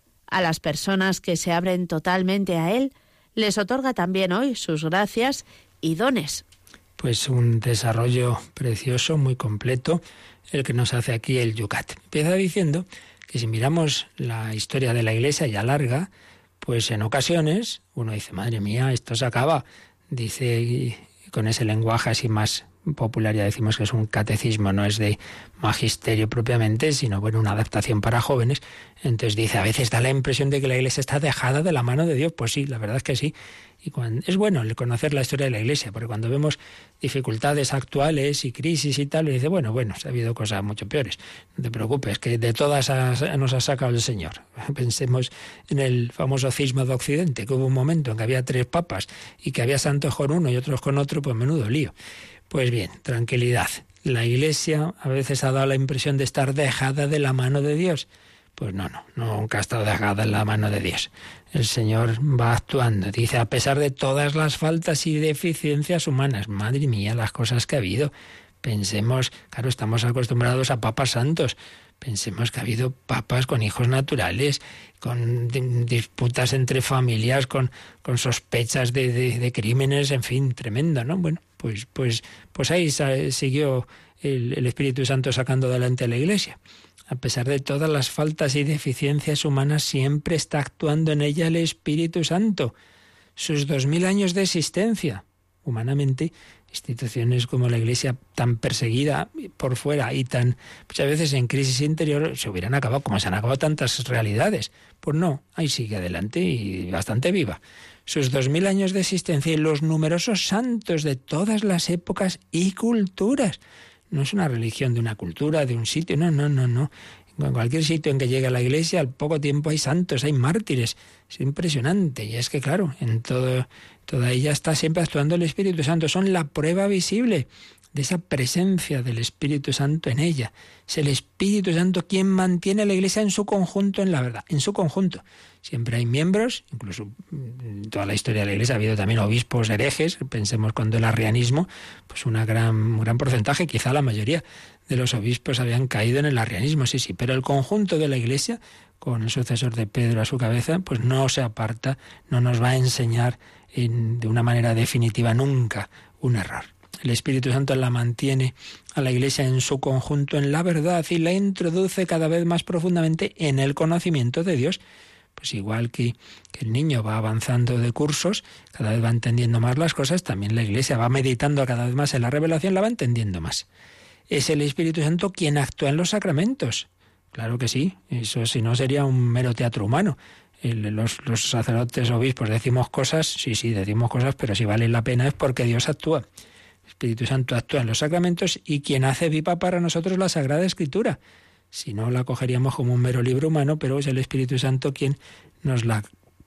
A las personas que se abren totalmente a Él, les otorga también hoy sus gracias y dones. Pues un desarrollo precioso, muy completo, el que nos hace aquí el Yucat. Empieza diciendo que si miramos la historia de la Iglesia ya larga, pues en ocasiones uno dice, madre mía, esto se acaba. Dice, y con ese lenguaje así más popular, ya decimos que es un catecismo, no es de magisterio propiamente, sino bueno, una adaptación para jóvenes. Entonces dice, a veces da la impresión de que la Iglesia está dejada de la mano de Dios. Pues sí, la verdad es que sí. Y cuando, es bueno el conocer la historia de la Iglesia, porque cuando vemos dificultades actuales y crisis y tal, le dice, bueno, bueno, ha habido cosas mucho peores. No te preocupes, que de todas has, nos ha sacado el Señor. Pensemos en el famoso cisma de Occidente, que hubo un momento en que había tres papas y que había santos con uno y otros con otro, pues menudo lío. Pues bien, tranquilidad. La Iglesia a veces ha dado la impresión de estar dejada de la mano de Dios. Pues no, no, nunca ha estado dejada en la mano de Dios. El Señor va actuando. Dice, a pesar de todas las faltas y deficiencias humanas, madre mía, las cosas que ha habido. Pensemos, claro, estamos acostumbrados a papas santos. Pensemos que ha habido papas con hijos naturales, con disputas entre familias, con, con sospechas de, de, de crímenes, en fin, tremendo, ¿no? Bueno, pues, pues, pues ahí siguió el, el Espíritu Santo sacando adelante a la Iglesia. A pesar de todas las faltas y deficiencias humanas, siempre está actuando en ella el Espíritu Santo. Sus dos mil años de existencia, humanamente, instituciones como la Iglesia tan perseguida por fuera y tan muchas veces en crisis interior, se hubieran acabado, como se han acabado tantas realidades. Pues no, ahí sigue adelante y bastante viva. Sus dos mil años de existencia y los numerosos santos de todas las épocas y culturas. No es una religión de una cultura, de un sitio, no, no, no, no. En cualquier sitio en que llegue la Iglesia, al poco tiempo hay santos, hay mártires. Es impresionante. Y es que, claro, en todo, toda ella está siempre actuando el Espíritu Santo. Son la prueba visible de esa presencia del Espíritu Santo en ella. Es el Espíritu Santo quien mantiene a la Iglesia en su conjunto, en la verdad, en su conjunto. Siempre hay miembros, incluso en toda la historia de la Iglesia ha habido también obispos herejes. Pensemos cuando el arrianismo, pues una gran, un gran porcentaje, quizá la mayoría de los obispos habían caído en el arrianismo, sí, sí, pero el conjunto de la Iglesia, con el sucesor de Pedro a su cabeza, pues no se aparta, no nos va a enseñar en, de una manera definitiva nunca un error. El Espíritu Santo la mantiene a la Iglesia en su conjunto en la verdad y la introduce cada vez más profundamente en el conocimiento de Dios. Pues igual que, que el niño va avanzando de cursos, cada vez va entendiendo más las cosas, también la Iglesia va meditando cada vez más en la revelación, la va entendiendo más. Es el Espíritu Santo quien actúa en los sacramentos. Claro que sí, eso si no sería un mero teatro humano. El, los, los sacerdotes obispos decimos cosas, sí, sí, decimos cosas, pero si vale la pena es porque Dios actúa. El Espíritu Santo actúa en los sacramentos y quien hace viva para nosotros la Sagrada Escritura. Si no, la cogeríamos como un mero libro humano, pero es el Espíritu Santo quien nos la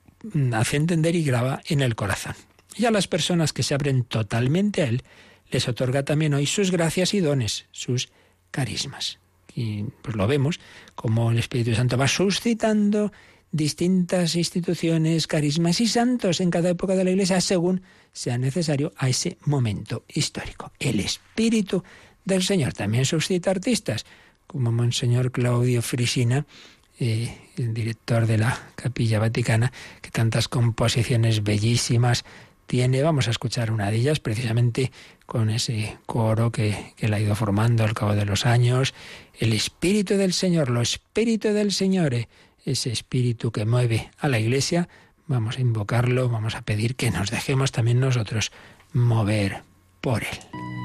hace entender y graba en el corazón. Y a las personas que se abren totalmente a Él, les otorga también hoy sus gracias y dones, sus carismas. Y pues lo vemos, como el Espíritu Santo va suscitando distintas instituciones, carismas y santos en cada época de la Iglesia, según sea necesario a ese momento histórico. El Espíritu del Señor también suscita artistas, como Monseñor Claudio Frisina, eh, el director de la Capilla Vaticana, que tantas composiciones bellísimas tiene. Vamos a escuchar una de ellas, precisamente con ese coro que, que él ha ido formando al cabo de los años. El Espíritu del Señor, lo Espíritu del Señor, ese Espíritu que mueve a la Iglesia, vamos a invocarlo, vamos a pedir que nos dejemos también nosotros mover por Él.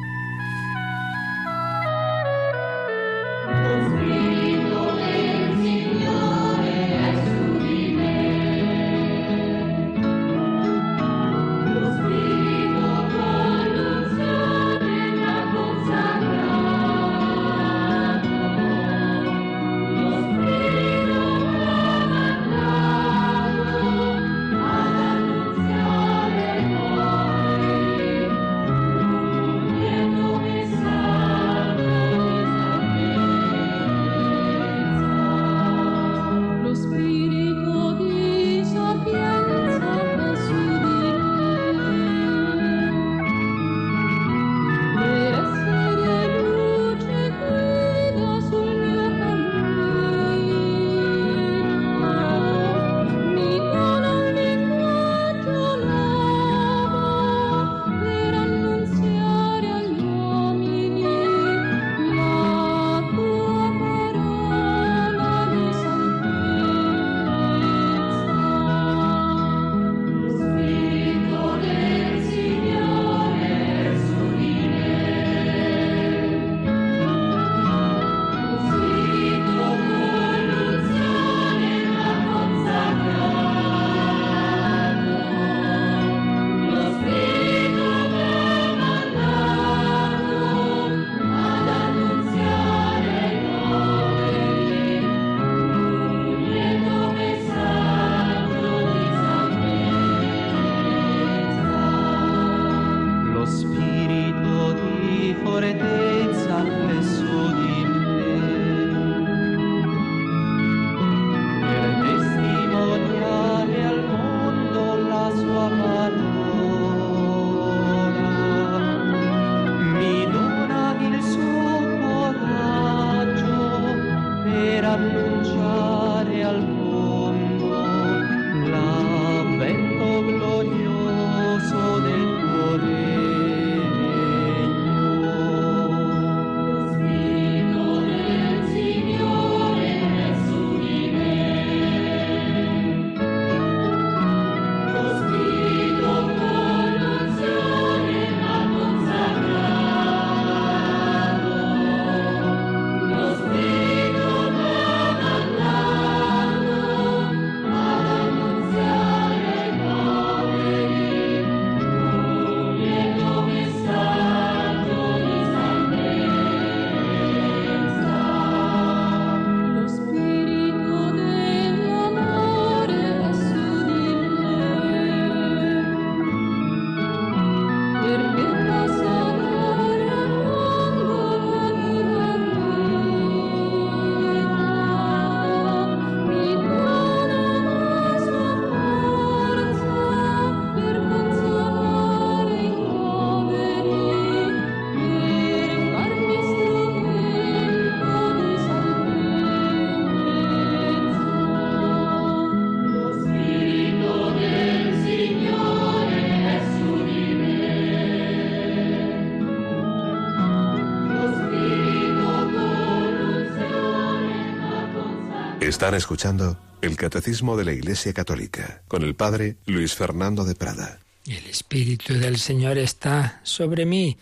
Están escuchando el Catecismo de la Iglesia Católica con el Padre Luis Fernando de Prada. El Espíritu del Señor está sobre mí.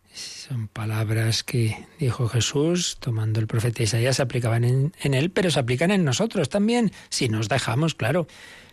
Son palabras que dijo Jesús, tomando el profeta Isaías, se aplicaban en, en él, pero se aplican en nosotros también, si nos dejamos, claro.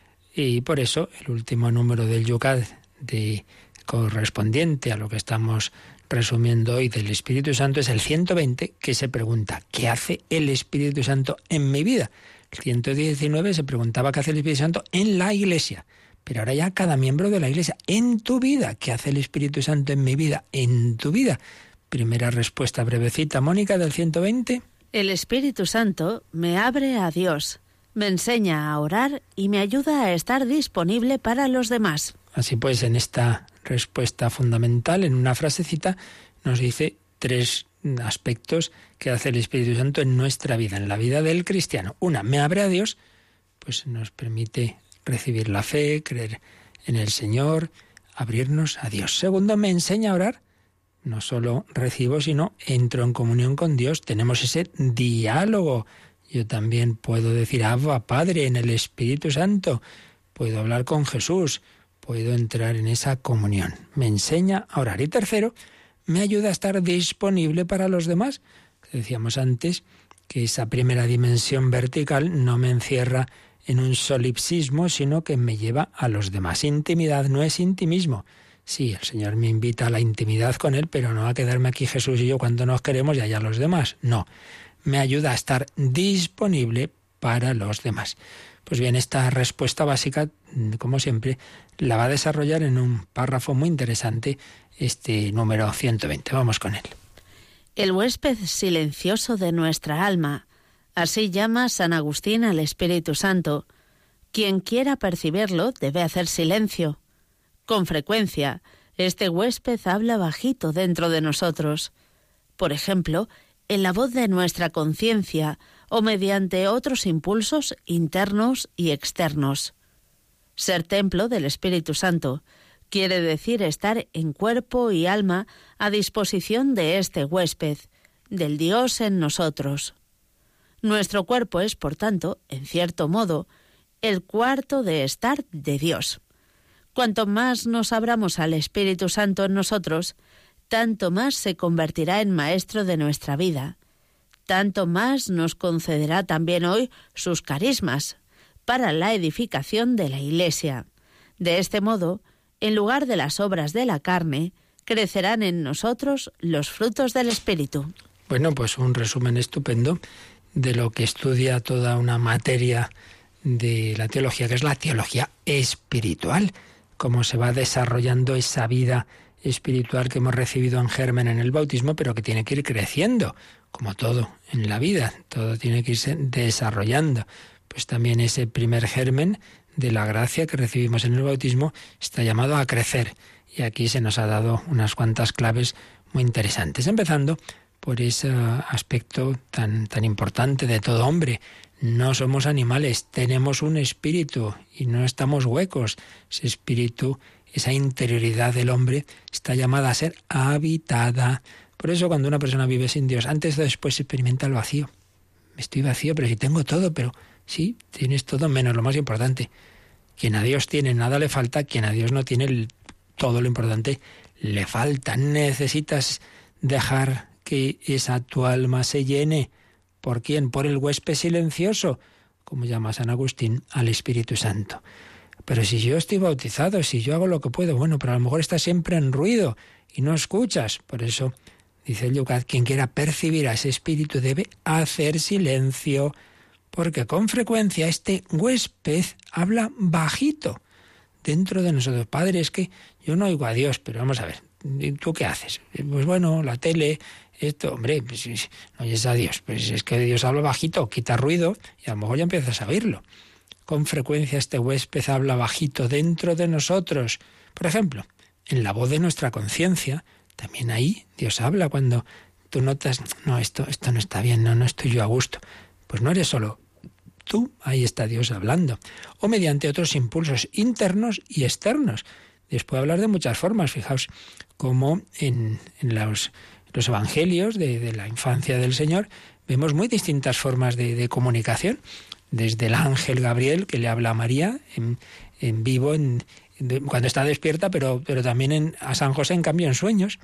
Y por eso el último número del Yucat, de, correspondiente a lo que estamos resumiendo hoy del Espíritu Santo, es el ciento veinte, que se pregunta, ¿qué hace el Espíritu Santo en mi vida? El ciento diecinueve se preguntaba qué hace el Espíritu Santo en la Iglesia. Pero ahora ya cada miembro de la Iglesia, en tu vida, ¿qué hace el Espíritu Santo en mi vida? En tu vida. Primera respuesta brevecita, Mónica, del ciento veinte. El Espíritu Santo me abre a Dios, me enseña a orar y me ayuda a estar disponible para los demás. Así pues, en esta respuesta fundamental, en una frasecita, nos dice tres aspectos que hace el Espíritu Santo en nuestra vida, en la vida del cristiano. Una, me abre a Dios, pues nos permite recibir la fe, creer en el Señor, abrirnos a Dios. Segundo, me enseña a orar. No solo recibo, sino entro en comunión con Dios. Tenemos ese diálogo. Yo también puedo decir, Abba, Padre, en el Espíritu Santo. Puedo hablar con Jesús. puedo entrar en esa comunión. Me enseña a orar. Y tercero, me ayuda a estar disponible para los demás. Decíamos antes que esa primera dimensión vertical no me encierra en un solipsismo, sino que me lleva a los demás. Intimidad no es intimismo. Sí, el Señor me invita a la intimidad con Él, pero no a quedarme aquí Jesús y yo cuando nos queremos y allá los demás. No, me ayuda a estar disponible para los demás. Pues bien, esta respuesta básica, como siempre, la va a desarrollar en un párrafo muy interesante este número ciento veinte. Vamos con él. El huésped silencioso de nuestra alma, así llama San Agustín al Espíritu Santo. Quien quiera percibirlo debe hacer silencio. Con frecuencia, este huésped habla bajito dentro de nosotros. Por ejemplo, en la voz de nuestra conciencia o mediante otros impulsos internos y externos. Ser templo del Espíritu Santo quiere decir estar en cuerpo y alma a disposición de este huésped, del Dios en nosotros. Nuestro cuerpo es, por tanto, en cierto modo, el cuarto de estar de Dios. Cuanto más nos abramos al Espíritu Santo en nosotros, tanto más se convertirá en maestro de nuestra vida. Tanto más nos concederá también hoy sus carismas para la edificación de la Iglesia. De este modo, en lugar de las obras de la carne, crecerán en nosotros los frutos del Espíritu. Bueno, pues un resumen estupendo de lo que estudia toda una materia de la teología, que es la teología espiritual, cómo se va desarrollando esa vida espiritual que hemos recibido en germen en el bautismo, pero que tiene que ir creciendo, como todo en la vida, todo tiene que irse desarrollando. Pues también ese primer germen de la gracia que recibimos en el bautismo está llamado a crecer. Y aquí se nos ha dado unas cuantas claves muy interesantes, empezando por ese aspecto tan, tan importante de todo hombre. No somos animales, tenemos un espíritu y no estamos huecos. Ese espíritu, esa interioridad del hombre está llamada a ser habitada. Por eso cuando una persona vive sin Dios, antes o después se experimenta el vacío. Estoy vacío, pero si tengo todo, pero sí, tienes todo menos lo más importante. Quien a Dios tiene, nada le falta. Quien a Dios no tiene, el, todo lo importante le falta. Necesitas dejar que esa tu alma se llene. ¿Por quién? Por el huésped silencioso, como llama San Agustín, al Espíritu Santo. Pero si yo estoy bautizado, si yo hago lo que puedo, bueno, pero a lo mejor estás siempre en ruido y no escuchas. Por eso, dice el Yucat, quien quiera percibir a ese Espíritu debe hacer silencio, porque con frecuencia este huésped habla bajito dentro de nosotros. Padre, es que yo no oigo a Dios, pero vamos a ver, ¿tú qué haces? Pues bueno, la tele, esto, hombre, pues no oyes a Dios, pues es que Dios habla bajito, quita ruido y a lo mejor ya empiezas a oírlo. Con frecuencia este huésped habla bajito dentro de nosotros. Por ejemplo, en la voz de nuestra conciencia, también ahí Dios habla cuando tú notas, no, esto, esto no está bien, no, no estoy yo a gusto. Pues no eres solo tú, ahí está Dios hablando. O mediante otros impulsos internos y externos. Dios puede hablar de muchas formas, fijaos, como en, en los, los evangelios de, de la infancia del Señor, vemos muy distintas formas de, de comunicación. Desde el ángel Gabriel, que le habla a María en, en vivo, en, en, cuando está despierta, pero, pero también en, a San José, en cambio, en sueños,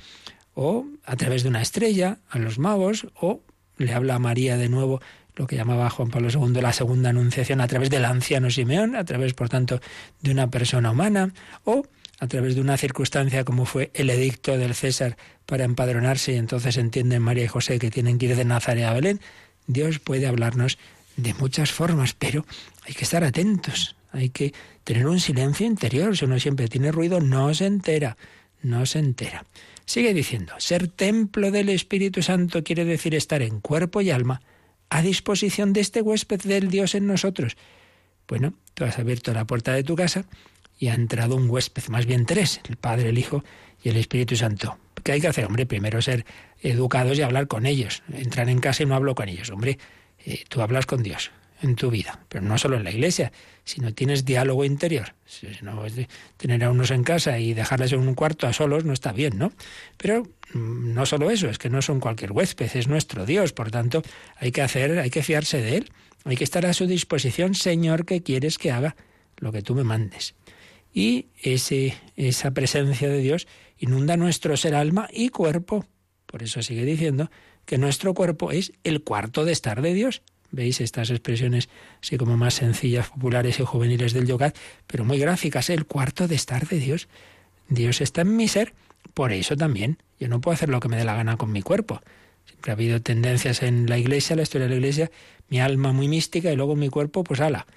o a través de una estrella, a los magos, o le habla a María de nuevo, lo que llamaba Juan Pablo segundo la segunda anunciación, a través del anciano Simeón, a través, por tanto, de una persona humana, o a través de una circunstancia como fue el edicto del César para empadronarse, y entonces entienden María y José que tienen que ir de Nazaret a Belén. Dios puede hablarnos de muchas formas, pero hay que estar atentos, hay que tener un silencio interior. Si uno siempre tiene ruido, no se entera, no se entera. Sigue diciendo, ser templo del Espíritu Santo quiere decir estar en cuerpo y alma a disposición de este huésped del Dios en nosotros. Bueno, tú has abierto la puerta de tu casa y ha entrado un huésped, más bien tres, el Padre, el Hijo y el Espíritu Santo. ¿Qué hay que hacer? Hombre, primero ser educados y hablar con ellos. Entrar en casa y no hablo con ellos. Hombre, eh, tú hablas con Dios en tu vida, pero no solo en la iglesia, sino tienes diálogo interior. Si no, es de tener a unos en casa y dejarles en un cuarto a solos no está bien, ¿no? Pero no solo eso, es que no son cualquier huésped, es nuestro Dios, por tanto hay que hacer, hay que fiarse de Él, hay que estar a su disposición. Señor, ¿qué quieres que haga? Lo que tú me mandes. Y ese, esa presencia de Dios inunda nuestro ser, alma y cuerpo. Por eso sigue diciendo que nuestro cuerpo es el cuarto de estar de Dios. ¿Veis estas expresiones así como más sencillas, populares y juveniles del Yucat, pero muy gráficas? El cuarto de estar de Dios. Dios está en mi ser, por eso también. Yo no puedo hacer lo que me dé la gana con mi cuerpo. Siempre ha habido tendencias en la Iglesia, la historia de la Iglesia, mi alma muy mística y luego mi cuerpo, pues ala,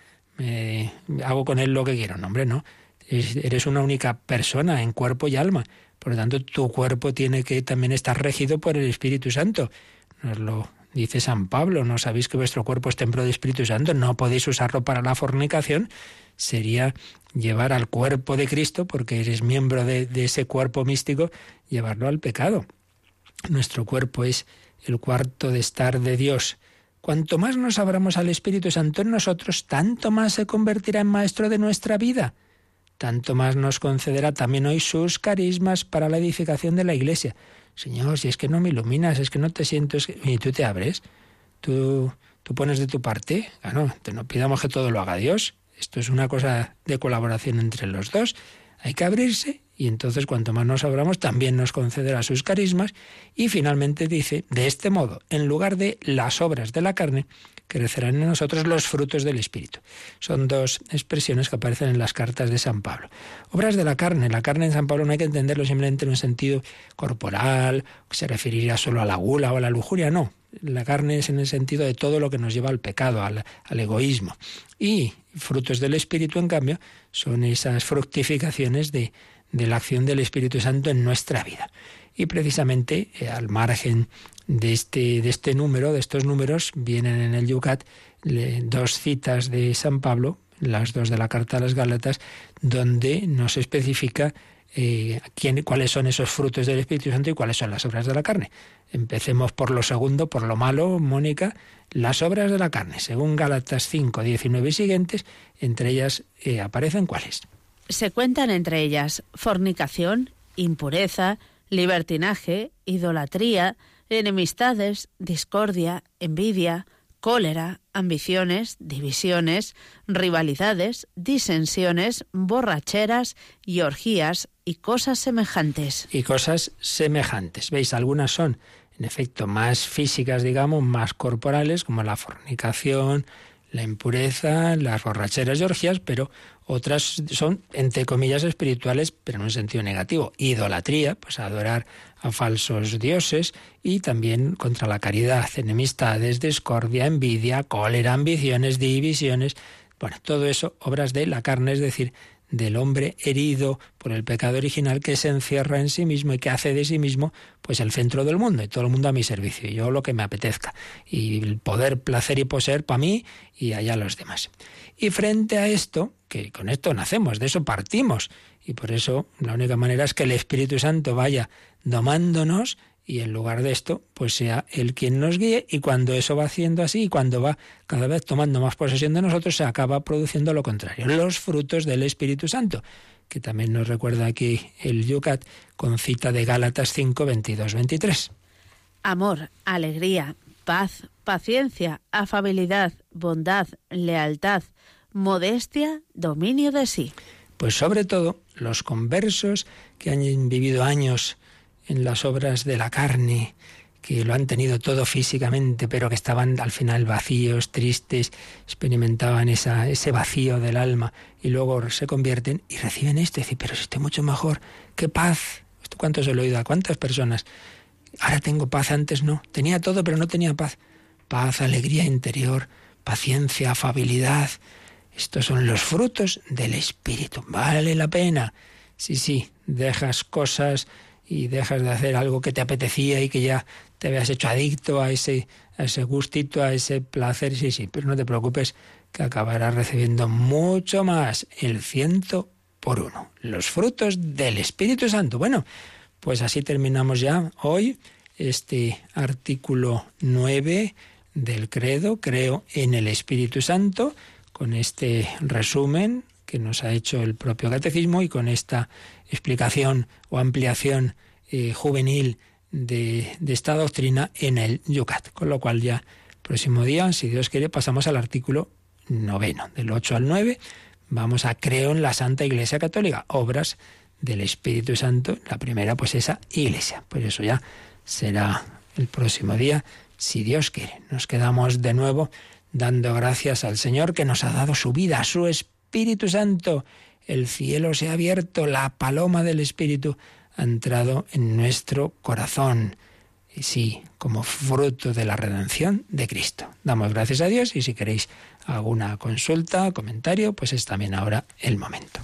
me hago con él lo que quiero. No, hombre, no. Eres una única persona en cuerpo y alma. Por lo tanto, tu cuerpo tiene que también estar regido por el Espíritu Santo. Nos lo dice San Pablo, ¿no sabéis que vuestro cuerpo es templo del Espíritu Santo? No podéis usarlo para la fornicación. Sería llevar al cuerpo de Cristo, porque eres miembro de, de ese cuerpo místico, llevarlo al pecado. Nuestro cuerpo es el cuarto de estar de Dios. Cuanto más nos abramos al Espíritu Santo en nosotros, tanto más se convertirá en maestro de nuestra vida. Tanto más nos concederá también hoy sus carismas para la edificación de la Iglesia. Señor, si es que no me iluminas, es que no te siento, es que... y tú te abres, tú, tú pones de tu parte. Claro, no pidamos que todo lo haga Dios. Esto es una cosa de colaboración entre los dos. Hay que abrirse y entonces cuanto más nos abramos también nos concederá sus carismas. Y finalmente dice, de este modo, en lugar de las obras de la carne, crecerán en nosotros los frutos del Espíritu. Son dos expresiones que aparecen en las cartas de San Pablo. Obras de la carne. La carne en San Pablo no hay que entenderlo simplemente en un sentido corporal, que se referiría solo a la gula o a la lujuria, no. La carne es en el sentido de todo lo que nos lleva al pecado, al, al egoísmo. Y frutos del Espíritu, en cambio, son esas fructificaciones de, de la acción del Espíritu Santo en nuestra vida. Y precisamente, eh, al margen de este, de este número, de estos números, vienen en el Yucat le, dos citas de San Pablo, las dos de la carta a las Gálatas, donde nos especifica eh, quién, cuáles son esos frutos del Espíritu Santo y cuáles son las obras de la carne. Empecemos por lo segundo, por lo malo, Mónica, las obras de la carne. Según Gálatas cinco, diecinueve y siguientes, entre ellas eh, aparecen ¿cuáles? Se cuentan entre ellas fornicación, impureza, libertinaje, idolatría, enemistades, discordia, envidia, cólera, ambiciones, divisiones, rivalidades, disensiones, borracheras y orgías y cosas semejantes. Y cosas semejantes. ¿Veis? Algunas son, en efecto, más físicas, digamos, más corporales, como la fornicación, la impureza, las borracheras y orgías, pero otras son, entre comillas, espirituales, pero en un sentido negativo. Idolatría, pues adorar a falsos dioses, y también contra la caridad, enemistades, discordia, envidia, cólera, ambiciones, divisiones. Bueno, todo eso, obras de la carne, es decir, del hombre herido por el pecado original, que se encierra en sí mismo y que hace de sí mismo pues el centro del mundo, y todo el mundo a mi servicio, y yo lo que me apetezca, y el poder, placer y poseer para mí y allá los demás. Y frente a esto, que con esto nacemos, de eso partimos, y por eso la única manera es que el Espíritu Santo vaya domándonos, y en lugar de esto, pues sea Él quien nos guíe, y cuando eso va haciendo así, y cuando va cada vez tomando más posesión de nosotros, se acaba produciendo lo contrario, los frutos del Espíritu Santo, que también nos recuerda aquí el Yucat con cita de Gálatas cinco, veintidós, veintitrés. Amor, alegría, paz, paciencia, afabilidad, bondad, lealtad, modestia, dominio de sí. Pues sobre todo, los conversos que han vivido años en las obras de la carne, que lo han tenido todo físicamente, pero que estaban al final vacíos, tristes, experimentaban esa, ese vacío del alma, y luego se convierten y reciben esto, y dicen, pero si estoy mucho mejor, qué paz. ¿Esto cuánto se lo he oído a cuántas personas? Ahora tengo paz, antes no. Tenía todo, pero no tenía paz. Paz, alegría interior, paciencia, afabilidad. Estos son los frutos del Espíritu. Vale la pena. Sí, sí, dejas cosas y dejas de hacer algo que te apetecía y que ya te habías hecho adicto a ese, a ese gustito, a ese placer. Sí, sí, pero no te preocupes, que acabarás recibiendo mucho más, el ciento por uno. Los frutos del Espíritu Santo. Bueno, pues así terminamos ya hoy este artículo nueve del credo, creo en el Espíritu Santo, con este resumen que nos ha hecho el propio catecismo y con esta explicación o ampliación eh, juvenil de, de esta doctrina en el Yucat. Con lo cual ya próximo día, si Dios quiere, pasamos al artículo noveno, del ocho al nueve, vamos a creo en la Santa Iglesia Católica, obras del Espíritu Santo, la primera pues esa Iglesia. Pues eso ya será el próximo día, si Dios quiere. Nos quedamos de nuevo dando gracias al Señor que nos ha dado su vida, su Espíritu Santo. El cielo se ha abierto, la paloma del Espíritu ha entrado en nuestro corazón. Y sí, como fruto de la redención de Cristo. Damos gracias a Dios y si queréis alguna consulta, comentario, pues es también ahora el momento.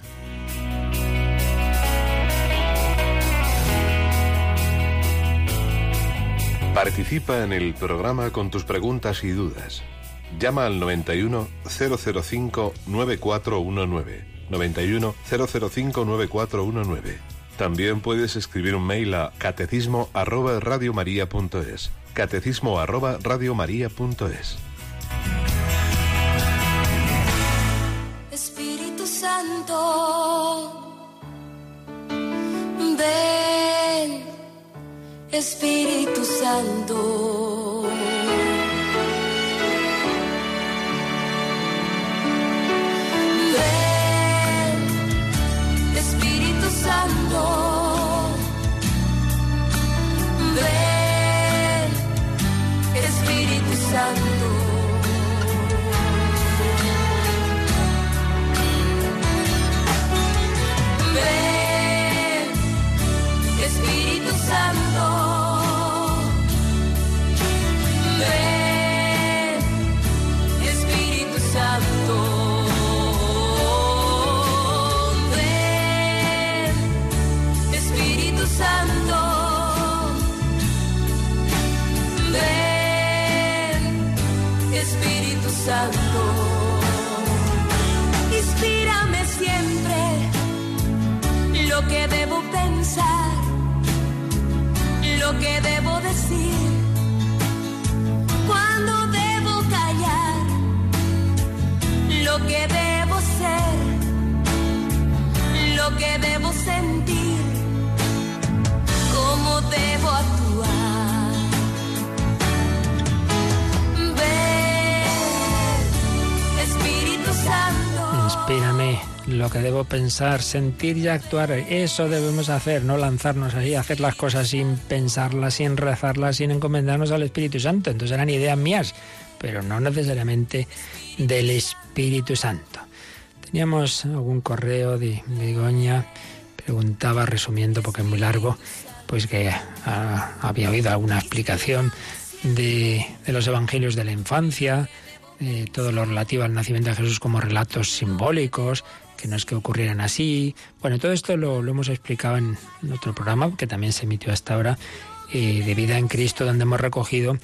Participa en el programa con tus preguntas y dudas. Llama al noventa y uno, cero cero cinco, noventa y cuatro diecinueve. noventa y uno, cero cero cinco, noventa y cuatro diecinueve. También puedes escribir un mail a catecismo arroba radiomaria punto es. Catecismo arroba radiomaria punto es. Espíritu Santo, ven, Espíritu Santo. Ven, Espíritu Santo. Ven, Espíritu Santo. Ven, Espíritu Santo. Ven, Espíritu Santo. Ven, Espíritu Santo. Ven, Espíritu Santo. Inspírame siempre lo que debo pensar, lo que debo decir, cuando debo callar, lo que debo ser, lo que debo sentir, cómo debo actuar. Ven, Espíritu Santo. Inspírame lo que debo pensar, sentir y actuar. Eso debemos hacer, no lanzarnos ahí, hacer las cosas sin pensarlas, sin rezarlas, sin encomendarnos al Espíritu Santo. Entonces eran ideas mías, pero no necesariamente del Espíritu Santo. Teníamos algún correo de Begoña, preguntaba, resumiendo porque es muy largo, pues que ah, había oído alguna explicación de, de los evangelios de la infancia, de todo lo relativo al nacimiento de Jesús como relatos simbólicos, que no es que ocurrieran así. Bueno, todo esto lo, lo hemos explicado en otro programa que también se emitió hasta ahora, eh, de Vida en Cristo, donde hemos recogido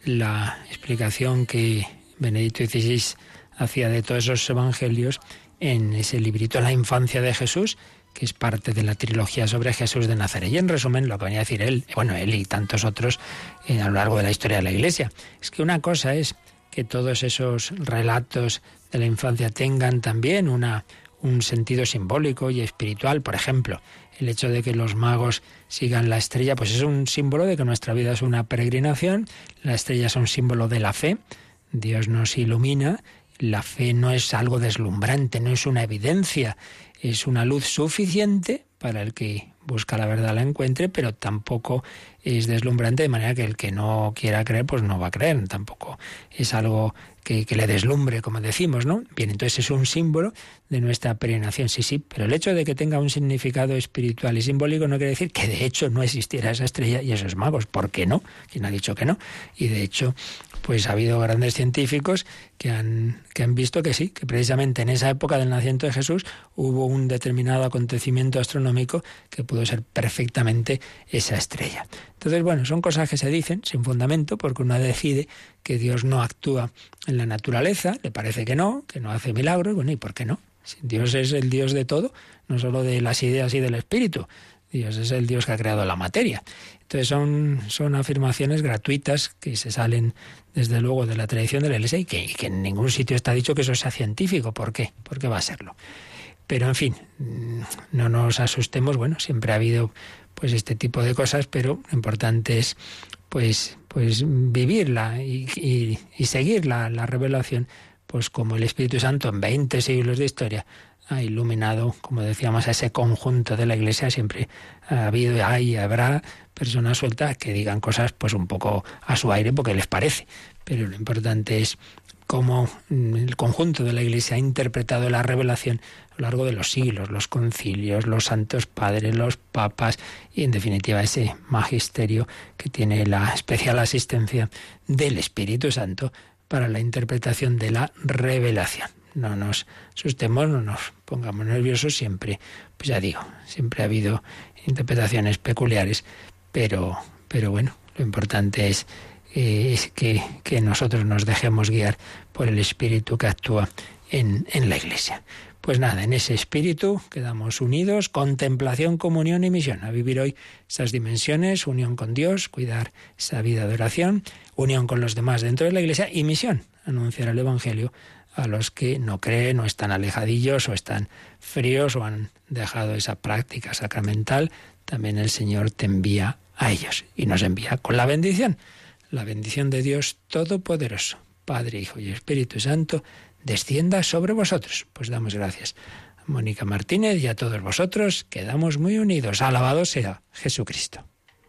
la explicación que Benedicto dieciséis hacía de todos esos evangelios en ese librito La infancia de Jesús, que es parte de la trilogía sobre Jesús de Nazaret. Y en resumen, lo que venía a decir él, bueno, él y tantos otros eh, a lo largo de la historia de la Iglesia, es que una cosa es que todos esos relatos de la infancia tengan también una, un sentido simbólico y espiritual. Por ejemplo, el hecho de que los magos sigan la estrella, pues es un símbolo de que nuestra vida es una peregrinación. La estrella es un símbolo de la fe. Dios nos ilumina. La fe no es algo deslumbrante, no es una evidencia. Es una luz suficiente para el que busca la verdad la encuentre, pero tampoco es deslumbrante, de manera que el que no quiera creer, pues no va a creer. Tampoco es algo que, que le deslumbre, como decimos, ¿no? Bien, entonces es un símbolo de nuestra peregrinación, sí, sí, pero el hecho de que tenga un significado espiritual y simbólico no quiere decir que de hecho no existiera esa estrella y esos magos. ¿Por qué no? ¿Quién ha dicho que no? Y de hecho, pues ha habido grandes científicos que han, que han visto que sí, que precisamente en esa época del nacimiento de Jesús hubo un determinado acontecimiento astronómico que pudo ser perfectamente esa estrella. Entonces, bueno, son cosas que se dicen sin fundamento, porque uno decide que Dios no actúa en la naturaleza, le parece que no, que no hace milagros, bueno, ¿y por qué no? Si Dios es el Dios de todo, no solo de las ideas y del espíritu. Dios es el Dios que ha creado la materia. Entonces son, son afirmaciones gratuitas que se salen desde luego de la tradición de la Iglesia y que, y que en ningún sitio está dicho que eso sea científico. ¿Por qué? ¿Por qué va a serlo? Pero en fin, no nos asustemos. Bueno, siempre ha habido pues este tipo de cosas, pero lo importante es pues, pues vivirla y, y, y seguir la, la revelación, pues como el Espíritu Santo en veinte siglos de historia ha iluminado, como decíamos, a ese conjunto de la Iglesia. Siempre ha habido, hay y habrá personas sueltas que digan cosas pues un poco a su aire porque les parece, pero lo importante es cómo el conjunto de la Iglesia ha interpretado la revelación a lo largo de los siglos, los concilios, los santos padres, los papas y en definitiva ese magisterio que tiene la especial asistencia del Espíritu Santo para la interpretación de la revelación. No nos asustemos, no nos pongamos nerviosos, siempre, pues ya digo, siempre ha habido interpretaciones peculiares, pero, pero bueno, lo importante es, eh, es que, que nosotros nos dejemos guiar por el Espíritu que actúa en, en la Iglesia. Pues nada, en ese espíritu quedamos unidos, contemplación, comunión y misión. A vivir hoy esas dimensiones, unión con Dios, cuidar esa vida de oración, unión con los demás dentro de la Iglesia y misión, anunciar el Evangelio a los que no creen o están alejadillos o están fríos o han dejado esa práctica sacramental. También el Señor te envía a ellos y nos envía con la bendición. La bendición de Dios Todopoderoso, Padre, Hijo y Espíritu Santo, descienda sobre vosotros. Pues damos gracias a Mónica Martínez y a todos vosotros. Quedamos muy unidos. Alabado sea Jesucristo.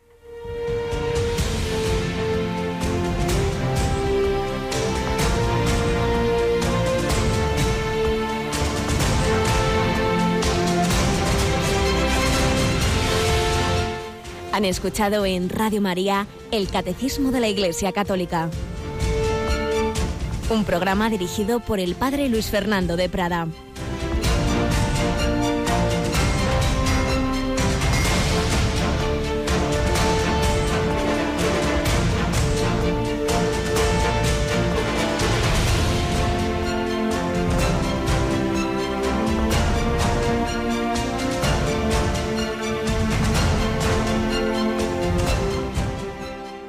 Han escuchado en Radio María el Catecismo de la Iglesia Católica, un programa dirigido por el Padre Luis Fernando de Prada.